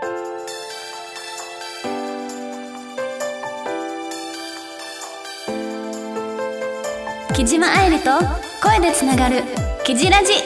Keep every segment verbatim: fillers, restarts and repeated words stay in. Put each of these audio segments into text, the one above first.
木島愛理と声でつながるキジラジ。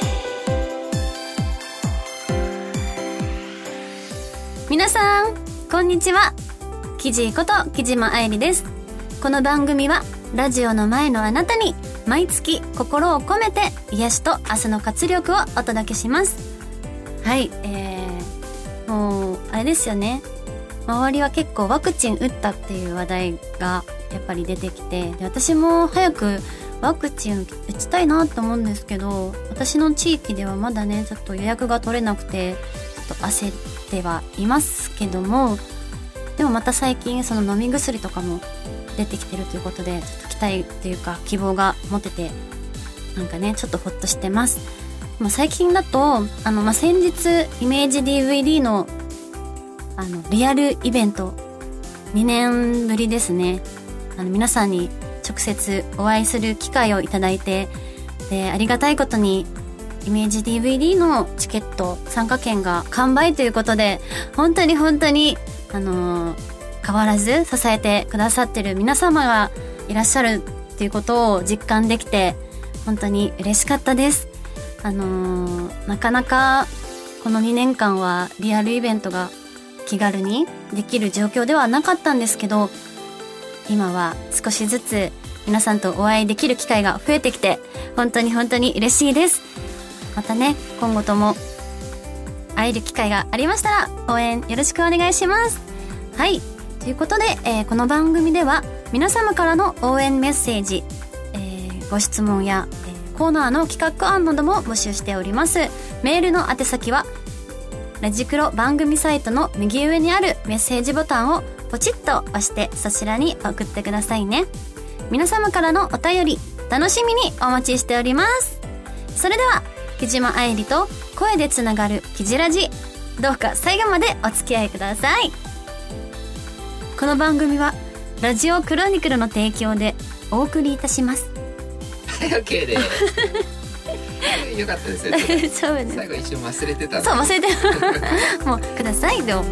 皆さんこんにちは。キジこと木島愛理です。この番組はラジオの前のあなたに毎月心を込めて癒しと明日の活力をお届けします。はい、えー、もうあれですよね、周りは結構ワクチン打ったっていう話題がやっぱり出てきて、で私も早くワクチン打ちたいなと思うんですけど、私の地域ではまだねちょっと予約が取れなくてちょっと焦ってはいますけども、でもまた最近その飲み薬とかも出てきてるということで、ちょっと期待というか希望が持てて、なんかねちょっとホッとしてます。まあ、最近だとあの、まあ、先日イメージ ディーブイディー のあのリアルイベントにねんぶりですね、あの皆さんに直接お会いする機会をいただいて、でありがたいことにイメージ ディーブイディー のチケット参加券が完売ということで、本当に本当にあのー、変わらず支えてくださってる皆様がいらっしゃるっていうことを実感できて本当に嬉しかったです。あのー、なかなかこのにねんかんはリアルイベントが気軽にできる状況ではなかったんですけど、今は少しずつ皆さんとお会いできる機会が増えてきて本当に本当に嬉しいです。またね今後とも会える機会がありましたら応援よろしくお願いします。はい、ということで、えー、この番組では皆様からの応援メッセージ、えー、ご質問や、えー、コーナーの企画案なども募集しております。メールの宛先はラジクロ番組サイトの右上にあるメッセージボタンをポチッと押してそちらに送ってくださいね。皆様からのお便り楽しみにお待ちしております。それでは木島愛理と声でつながるキジラジ、どうか最後までお付き合いください。この番組はラジオクロニクルの提供でお送りいたします。 はい、 OK です。よかったですよ。 そうです。 最後一瞬忘れてた。 そう忘れてもうくださいでも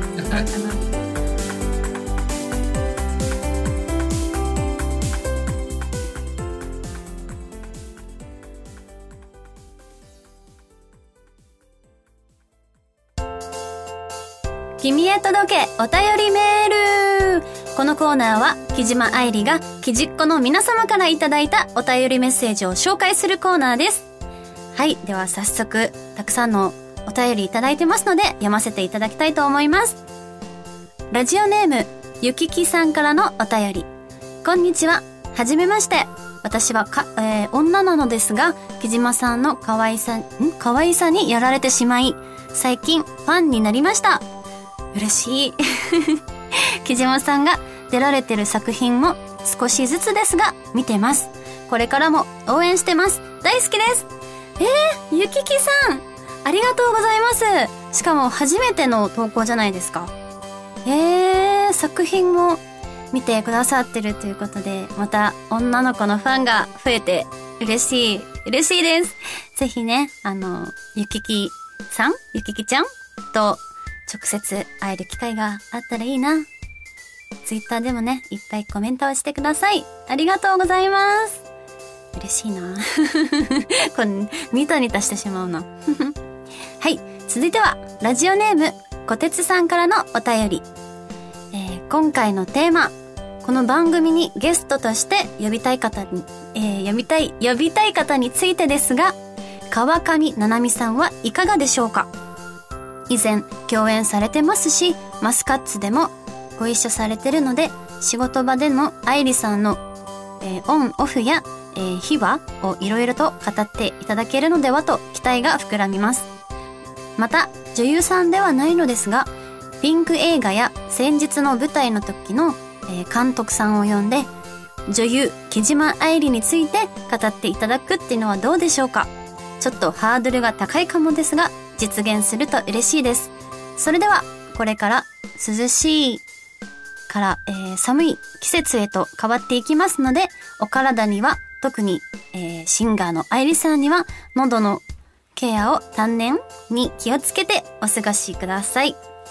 君へ届けお便りメール。このコーナーは木島愛理がキジっ子の皆様からいただいたお便りメッセージを紹介するコーナーです。はい、では早速たくさんのお便りいただいてますので読ませていただきたいと思います。ラジオネームゆききさんからのお便り。こんにちは、はじめまして。私はか、えー、女なのですが木島さんの可愛さん可愛さにやられてしまい最近ファンになりました。嬉しい木島さんが出られてる作品も少しずつですが見てます。これからも応援してます。大好きです。えー、ゆききさんありがとうございます。しかも初めての投稿じゃないですか。えー、作品も見てくださってるということで、また女の子のファンが増えて嬉しい嬉しいです。ぜひね、あのゆききさんゆききちゃんと直接会える機会があったらいいな。ツイッターでもねいっぱいコメントをしてください。ありがとうございます。嬉しいなこれニタニタしてしまうなはい、続いてはラジオネームこてつさんからのお便り、えー、今回のテーマ、この番組にゲストとして呼びたい方に、えー、呼びたい呼びたい方についてですが、川上ななみさんはいかがでしょうか。以前共演されてますし、マスカッツでもご一緒されてるので、仕事場での愛理さんの、えー、オンオフや、えー、秘話をいろいろと語っていただけるのではと期待が膨らみます。また女優さんではないのですが、ピンク映画や先日の舞台の時の、えー、監督さんを呼んで女優木島愛理について語っていただくっていうのはどうでしょうか。ちょっとハードルが高いかもですが実現すると嬉しいです。それではこれから涼しいから、えー、寒い季節へと変わっていきますので、お体には特に、えー、シンガーの愛理さんには喉のケアを丹念に気をつけてお過ごしください。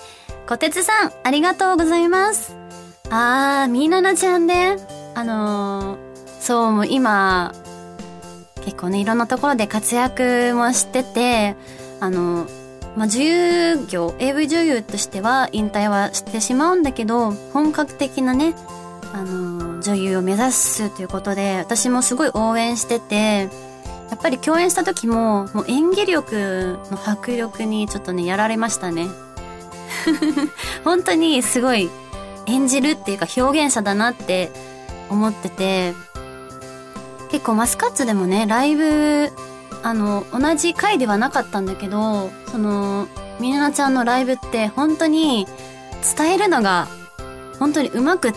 こてつさん、ありがとうございます。あー、みーななちゃんね。あのー、そう、もう今、結構ね、いろんなところで活躍もしてて、あの、まあ、女優業、エーブイ 女優としては引退はしてしまうんだけど、本格的なね、あの、女優を目指すということで、私もすごい応援してて、やっぱり共演した時も、もう演技力の迫力にちょっとね、やられましたね。本当にすごい演じるっていうか表現者だなって思ってて、結構マスカッツでもね、ライブ、あの、同じ回ではなかったんだけど、その、みななちゃんのライブって本当に伝えるのが本当に上手くって、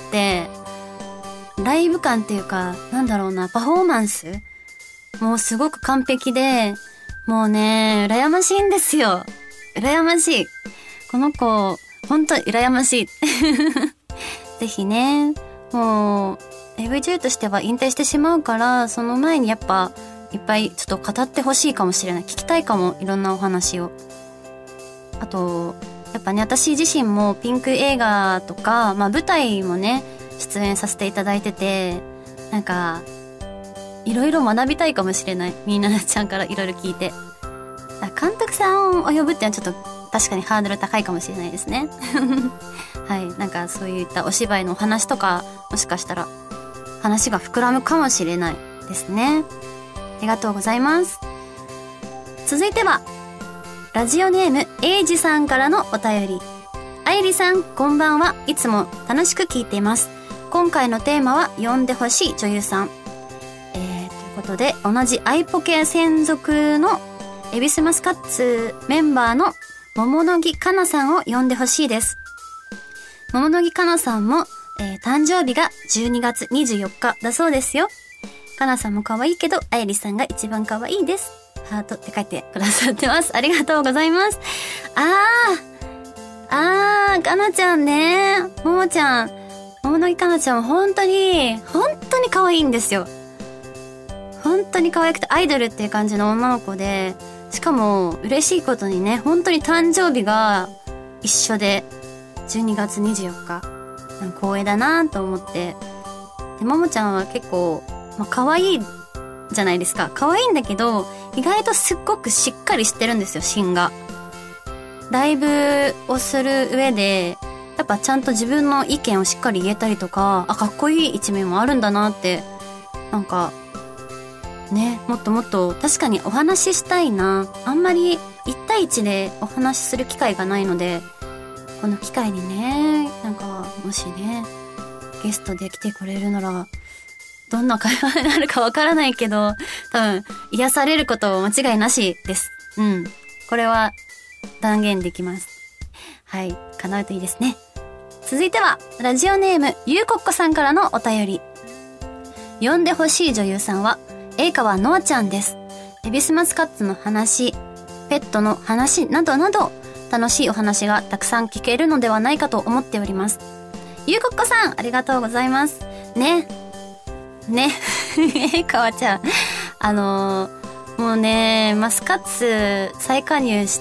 ライブ感っていうか、なんだろうな、パフォーマンスもうすごく完璧で、もうね、羨ましいんですよ。羨ましい。この子、本当に羨ましい。ぜひね、もう、エーブイ 女優としては引退してしまうから、その前にやっぱ、いっぱいちょっと語ってほしいかもしれない。聞きたいかも、いろんなお話を。あと、やっぱね、私自身もピンク映画とか、まあ舞台もね、出演させていただいてて、なんか、いろいろ学びたいかもしれない。みななちゃんからいろいろ聞いて。監督さんを呼ぶってのはちょっと確かにハードル高いかもしれないですね。はい。なんかそういったお芝居のお話とか、もしかしたら話が膨らむかもしれないですね。ありがとうございます。続いては、ラジオネーム、エイジさんからのお便り。あゆりさん、こんばんは。いつも楽しく聞いています。今回のテーマは、呼んでほしい女優さん。えー、ということで、同じアイポケ専属のエビスマスカッツメンバーの桃の木かなさんを呼んでほしいです。桃の木かなさんも、えー、誕生日がじゅうにがつにじゅうよっかだそうですよ。かなさんも可愛いけど、あゆりさんが一番可愛いです。ハートって書いてくださってます。ありがとうございます。あー、あー、かなちゃんね。ももちゃん。桃の木かなちゃんは本当に、本当に可愛いんですよ。本当に可愛くてアイドルっていう感じの女の子で、しかも嬉しいことにね、本当に誕生日が一緒で、じゅうにがつにじゅうよっか。光栄だなと思って。で、ももちゃんは結構、まあ、可愛いじゃないですか。可愛いんだけど、意外とすっごくしっかりしてるんですよ、芯が。ライブをする上で、やっぱちゃんと自分の意見をしっかり言えたりとか、あ、かっこいい一面もあるんだなって、なんか、ね、もっともっと確かにお話ししたいな。あんまり一対一でお話しする機会がないので、この機会にね、なんか、もしね、ゲストで来てくれるなら、どんな会話になるかわからないけど、多分、癒されること間違いなしです。うん。これは、断言できます。はい。叶うといいですね。続いては、ラジオネーム、ゆうこっこさんからのお便り。呼んでほしい女優さんは、栄川のあちゃんです。エビスマスカッツの話、ペットの話などなど、楽しいお話がたくさん聞けるのではないかと思っております。ゆうこっこさん、ありがとうございます。ね。ね。栄川ちゃん。あのー、もうね、マスカッツ再加入して、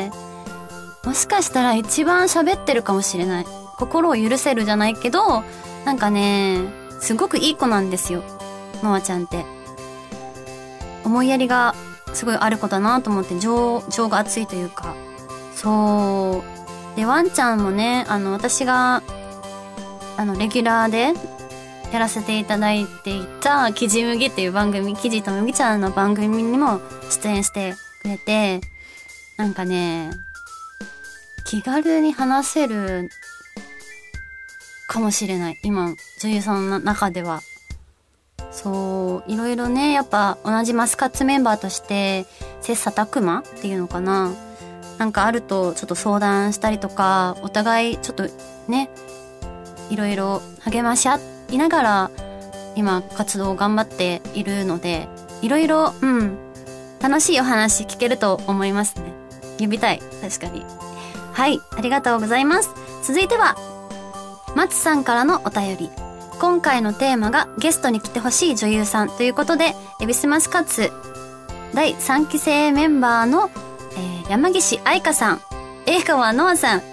もしかしたら一番喋ってるかもしれない。心を許せるじゃないけど、なんかね、すごくいい子なんですよ。のあちゃんって。思いやりがすごいある子だなと思って、情、情が熱いというか。そう。で、ワンちゃんもね、あの、私が、あの、レギュラーでやらせていただいていた、キジ麦っていう番組、キジと麦ちゃんの番組にも出演してくれて、なんかね、気軽に話せるかもしれない。今、女優さんの中では。そう、いろいろね、やっぱ同じマスカッツメンバーとして、切磋琢磨っていうのかな。なんかあるとちょっと相談したりとか、お互いちょっとね、いろいろ励まし合いながら、今活動を頑張っているので、いろいろ、うん、楽しいお話聞けると思いますね。呼びたい、確かに。はい、ありがとうございます。続いては、松さんからのお便り。今回のテーマがゲストに来てほしい女優さんということで、エビスマスカッツだいさんき生メンバーの、えー、山岸愛香さん、栄川のあさん、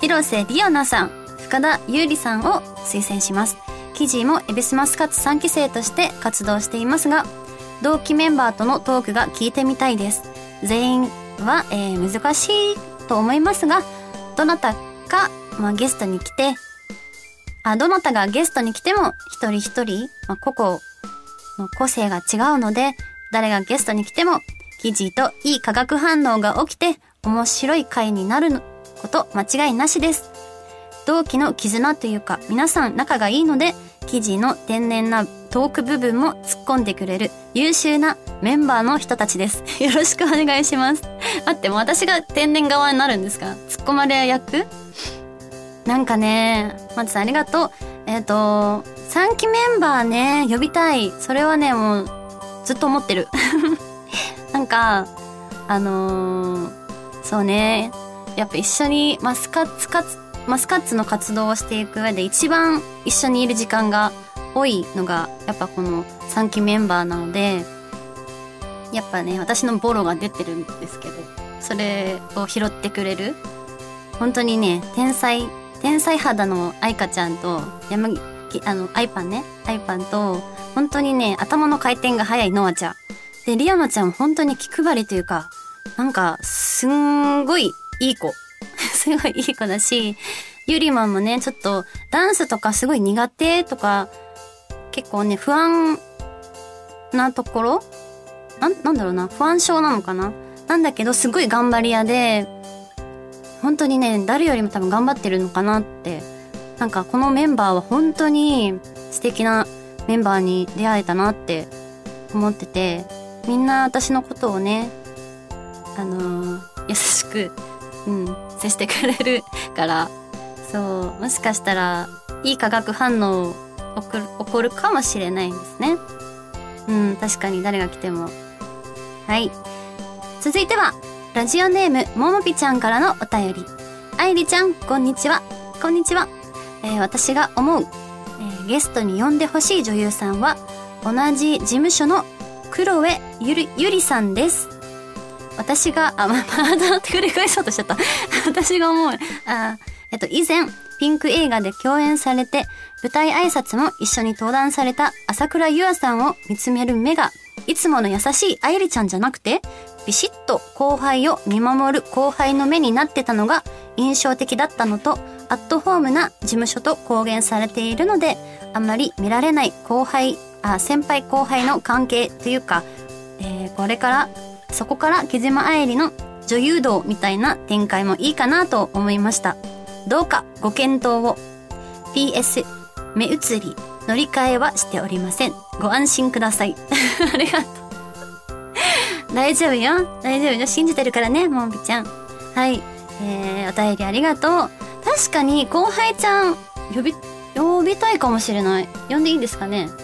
広瀬里央奈さん、深田優里さんを推薦します。キジもエビスマスカッツさんき生として活動していますが、同期メンバーとのトークが聞いてみたいです。全員は、えー、難しいと思いますが、どなたか、まあ、ゲストに来て、あ、どなたがゲストに来ても一人一人、まあ、個々の個性が違うので、誰がゲストに来てもキジといい化学反応が起きて面白い回になること間違いなしです。同期の絆というか皆さん仲がいいので、キジの天然なトーク部分も突っ込んでくれる優秀なメンバーの人たちです。よろしくお願いします。待って、もう私が天然側になるんですか？突っ込まれ役？なんかね、まずさんありがとう。えっと、さんきメンバーね、呼びたい。それはね、もうずっと思ってる。なんか、あのー、そうね、やっぱ一緒にマスカッツかつ、マスカッツの活動をしていく上で一番一緒にいる時間が多いのが、やっぱこのさんきメンバーなので、やっぱね、私のボロが出てるんですけど、それを拾ってくれる。本当にね、天才、天才肌の愛花ちゃんと、山木、あの、アイパンね、アイパンと、本当にね、頭の回転が速いノアちゃん。で、リアナちゃん本当に気配りというか、なんか、すんごいいい子。すごいいい子だし、ゆりまんもね、ちょっと、ダンスとかすごい苦手とか、結構ね、不安なところなん、なんだろうな、不安症なのかななんだけど、すごい頑張り屋で、本当にね、誰よりも多分頑張ってるのかなって。なんかこのメンバーは本当に素敵なメンバーに出会えたなって思ってて、みんな私のことをね、あのー、優しく、うん、接してくれるから、そう、もしかしたらいい化学反応起こる、起こるかもしれないんですね。うん、確かに誰が来ても。はい。続いては、ラジオネームももぴちゃんからのお便り。あいりちゃん、こんにちは。こんにちは。えー、私が思う、えー、ゲストに呼んでほしい女優さんは、同じ事務所の黒江ゆり、ゆりさんです。私が、あ、ま、まだ繰り返そうとしちゃった。私が思う、あ、えっと、以前、ピンク映画で共演されて、舞台挨拶も一緒に登壇された朝倉優愛さんを見つめる目が、いつもの優しい愛理ちゃんじゃなくて、ビシッと後輩を見守る後輩の目になってたのが印象的だったのと、アットホームな事務所と公言されているので、あんまり見られない後輩、あ、先輩後輩の関係というか、えー、これから、そこから木島愛理の女優道みたいな展開もいいかなと思いました。どうかご検討を。ピーエス 目移り乗り換えはしておりません。ご安心ください。ありがとう。大丈夫よ。大丈夫よ。信じてるからね、もんびちゃん。はい。えー、お便りありがとう。確かに後輩ちゃん呼び、呼びたいかもしれない。呼んでいいんですかね。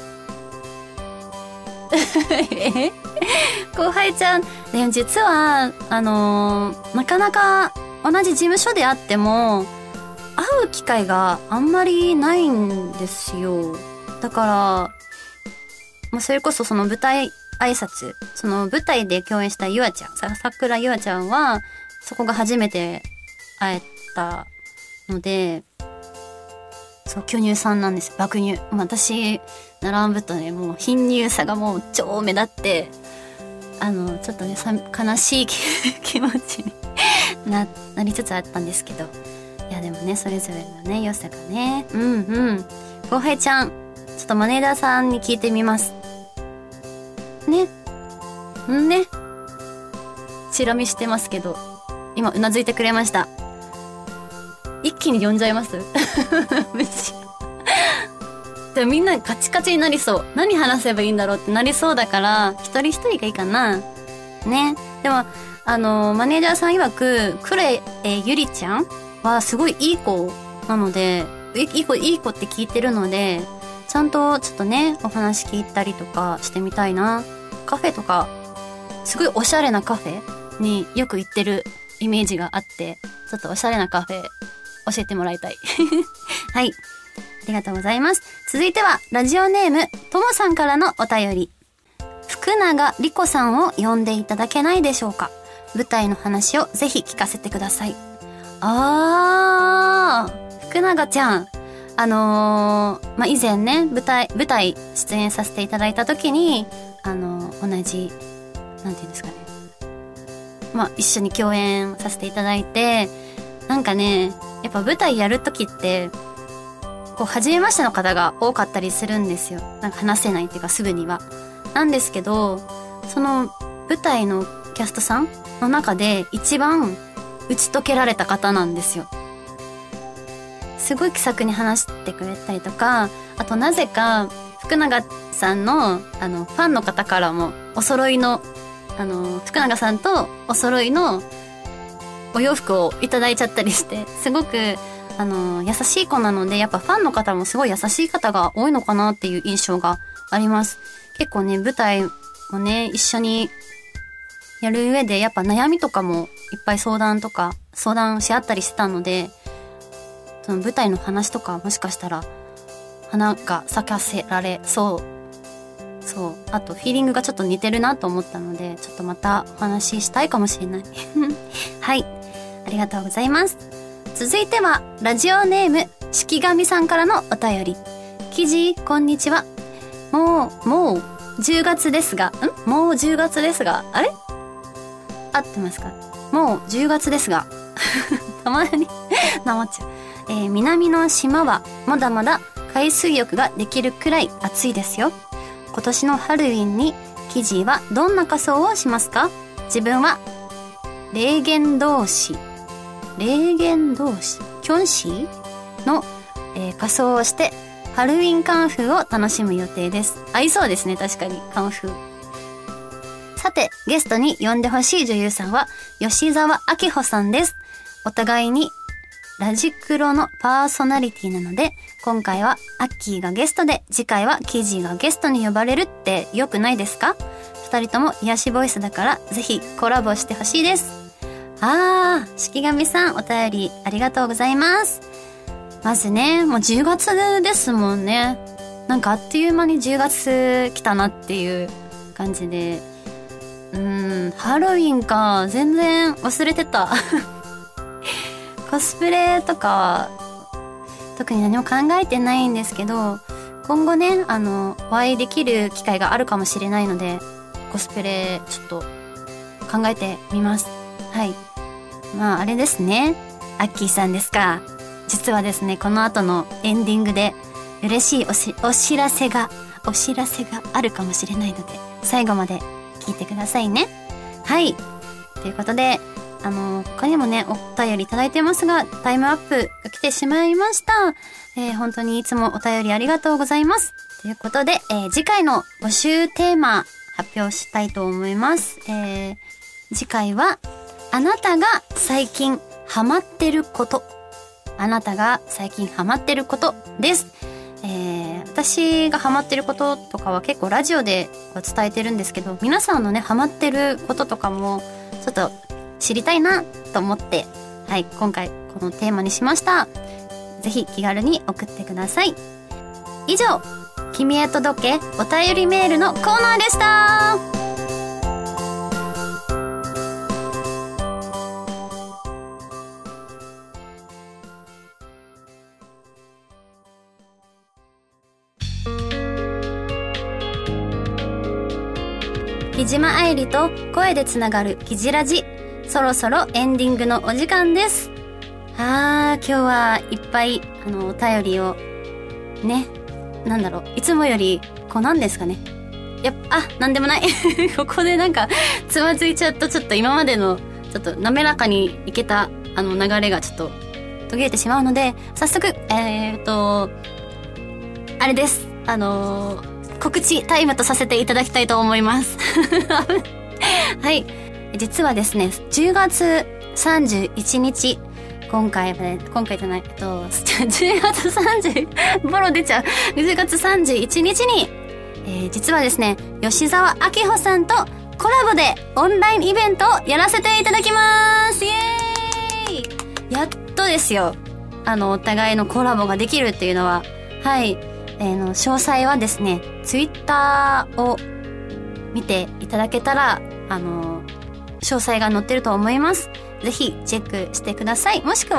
え後輩ちゃん、ね、実は、あのー、なかなか同じ事務所であっても、会う機会があんまりないんですよ。だから、まあ、それこそその舞台挨拶、その舞台で共演したゆあちゃん、さ、桜ゆあちゃんは、そこが初めて会えたので、そう、巨乳さんなんです。爆乳。私、並ぶとね、もう貧乳さがもう超目立って、あの、ちょっとね、さ悲しい気持ちにな、なりつつあったんですけど。いや、でもね、それぞれのね、良さがね。うんうん。後輩ちゃん、ちょっとマネージャーさんに聞いてみます。ね。んね。チラ見してますけど、今、うなずいてくれました。一気に呼んじゃいますむしろ。でもみんなカチカチになりそう。何話せばいいんだろうってなりそうだから、一人一人がいいかな。ね。でも、あの、マネージャーさん曰く、クレイゆりちゃんはすごいいい子なので、いい子、いい子って聞いてるので、ちゃんとちょっとね、お話聞いたりとかしてみたいな。カフェとか、すごいおしゃれなカフェによく行ってるイメージがあって、ちょっとおしゃれなカフェ教えてもらいたい。はい。ありがとうございます。続いては、ラジオネーム、ともさんからのお便り。福永莉子さんを呼んでいただけないでしょうか。舞台の話をぜひ聞かせてください。あ福永ちゃん、あのー、まあ、以前ね、舞台、舞台出演させていただいた時に、あのー、同じ、なんていうんですかね。まあ、一緒に共演させていただいて、なんかね、やっぱ舞台やる時って、こう、初めましての方が多かったりするんですよ。なんか話せないっていうか、すぐには。なんですけど、その、舞台のキャストさんの中で一番打ち解けられた方なんですよ。すごい気さくに話してくれたりとか、あとなぜか福永さんのあのファンの方からもお揃いのあの福永さんとお揃いのお洋服をいただいちゃったりして、すごくあの優しい子なので、やっぱファンの方もすごい優しい方が多いのかなっていう印象があります。結構ね、舞台をね一緒にやる上でやっぱ悩みとかもいっぱい相談とか相談し合ったりしてたので、その舞台の話とかもしかしたら花が咲かせられそうそうあとフィーリングがちょっと似てるなと思ったので、ちょっとまたお話ししたいかもしれないはい、ありがとうございます。続いてはラジオネーム式神さんからのお便り。記事こんにちは。もうもうじゅうがつですがんもうじゅうがつですがあれ合ってますか？もうじゅうがつですがたまになまっちゃう、えー、南の島はまだまだ海水浴ができるくらい暑いですよ。今年のハロウィンにキジはどんな仮装をしますか？自分は霊言同士霊言同士キョンシーの、えー、仮装をしてハロウィンカンフーを楽しむ予定です。合いそうですね、確かにカンフー。さて、ゲストに呼んでほしい女優さんは吉沢明穂さんです。お互いにラジクロのパーソナリティなので、今回はアッキーがゲストで、次回はキジがゲストに呼ばれるって良くないですか？二人とも癒しボイスだから、ぜひコラボしてほしいです。あー、式神さんお便りありがとうございます。まずね、もうじゅうがつですもんね。なんかあっという間にじゅうがつ来たなっていう感じで、うーん、ハロウィンか、全然忘れてた。コスプレとか特に何も考えてないんですけど、今後ね、あのお会いできる機会があるかもしれないので、コスプレちょっと考えてみます。はい。まああれですね、アッキーさんですか。実はですね、この後のエンディングで嬉しいおしお知らせがお知らせがあるかもしれないので、最後まで聞いてくださいね。はい。ということで、あの、他にもね、お便りいただいてますが、タイムアップが来てしまいました。えー、本当にいつもお便りありがとうございます。ということで、えー、次回の募集テーマ発表したいと思います。えー、次回は、あなたが最近ハマってること。あなたが最近ハマってることです。えー、私がハマってることとかは結構ラジオで伝えてるんですけど、皆さんのね、ハマってることとかも、ちょっと、知りたいなと思って、はい、今回このテーマにしました。ぜひ気軽に送ってください。以上、君へ届けお便りメールのコーナーでした。木島愛理と声でつながるキジラジ。そろそろエンディングのお時間です。あー、今日はいっぱいあのお便りをね、なんだろう、いつもよりこうなんですかね、やっぱ、あ、なんでもないここでなんかつまずいちゃった。ちょっと今までのちょっと滑らかにいけたあの流れがちょっと途切れてしまうので、早速えーとあれです、あのー、告知タイムとさせていただきたいと思いますはい、実はですね、じゅうがつさんじゅういちにち、今回はね、今回じゃない、えっと、じゅうがつさんじゅう、ボロ出ちゃう。じゅうがつさんじゅういちにちに、えー、実はですね、吉沢明穂さんとコラボでオンラインイベントをやらせていただきます。イエーイ！やっとですよ。あの、お互いのコラボができるっていうのは、はい、えー、の、詳細はですね、ツイッターを見ていただけたら、あの、詳細が載ってると思います。ぜひチェックしてください。もしくは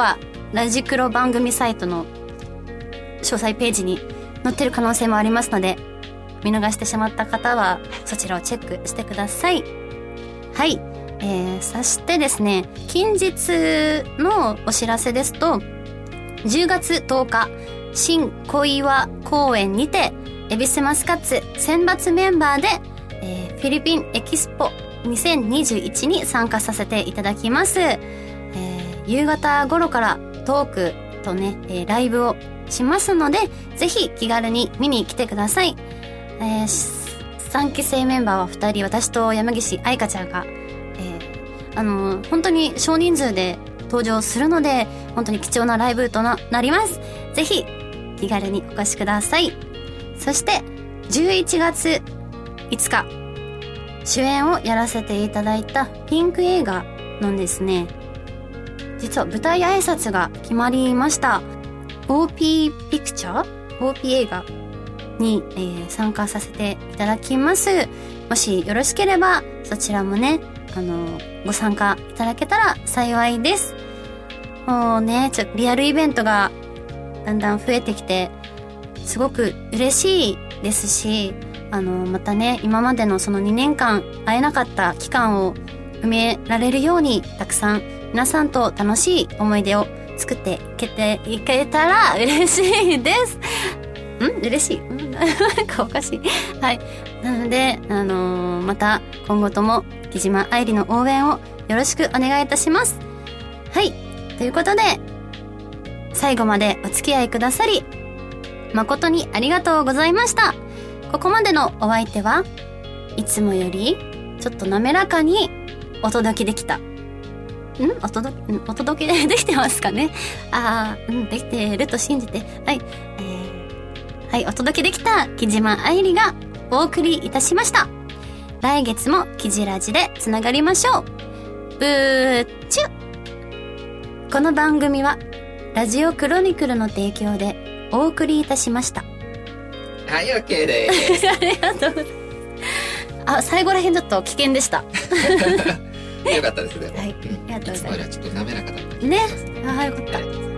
ラジクロ番組サイトの詳細ページに載ってる可能性もありますので、見逃してしまった方はそちらをチェックしてください。はい、えー、そしてですね、近日のお知らせですと、じゅうがつとおか新小岩公園にて恵比寿マスカッツ選抜メンバーで、えー、フィリピンエキスポにせんにじゅういちに参加させていただきます。えー、夕方頃からトークとね、えー、ライブをしますので、ぜひ気軽に見に来てください。えー、さんき生メンバーはふたり、私と山岸愛香ちゃんが、えー、あのー、本当に少人数で登場するので、本当に貴重なライブと な, なります。ぜひ気軽にお越しください。そしてじゅういちがついつか主演をやらせていただいたピンク映画のですね、実は舞台挨拶が決まりました。 オーピー ピクチャー オーピー 映画に、えー、参加させていただきます。もしよろしければそちらもね、あのご参加いただけたら幸いです。もうね、ちょリアルイベントがだんだん増えてきてすごく嬉しいですし、あのまたね、今までのそのにねんかん会えなかった期間を埋められるように、たくさん皆さんと楽しい思い出を作っていけていけたら嬉しいです。ん嬉しいんなんかおかしい。はい。なので、あのー、また今後とも木島愛理の応援をよろしくお願いいたします。はい。ということで、最後までお付き合いくださり誠にありがとうございました。ここまでのお相手はいつもよりちょっと滑らかにお届けできた。んお届け、お届けできてますかね。あー、うん、できてると信じて。はい。えー、はい、お届けできた木島愛理がお送りいたしました。来月もキジラジでつながりましょう。ブーチュ。この番組はラジオクロニクルの提供でお送りいたしました。 はい、OK です。 ありがとうございます。あ、最後らへんちょっと危険でした。 よかったですね。 はい、ありがとうございます。 いつもよりはちょっと滑らかだった。 ね、あ、よかった。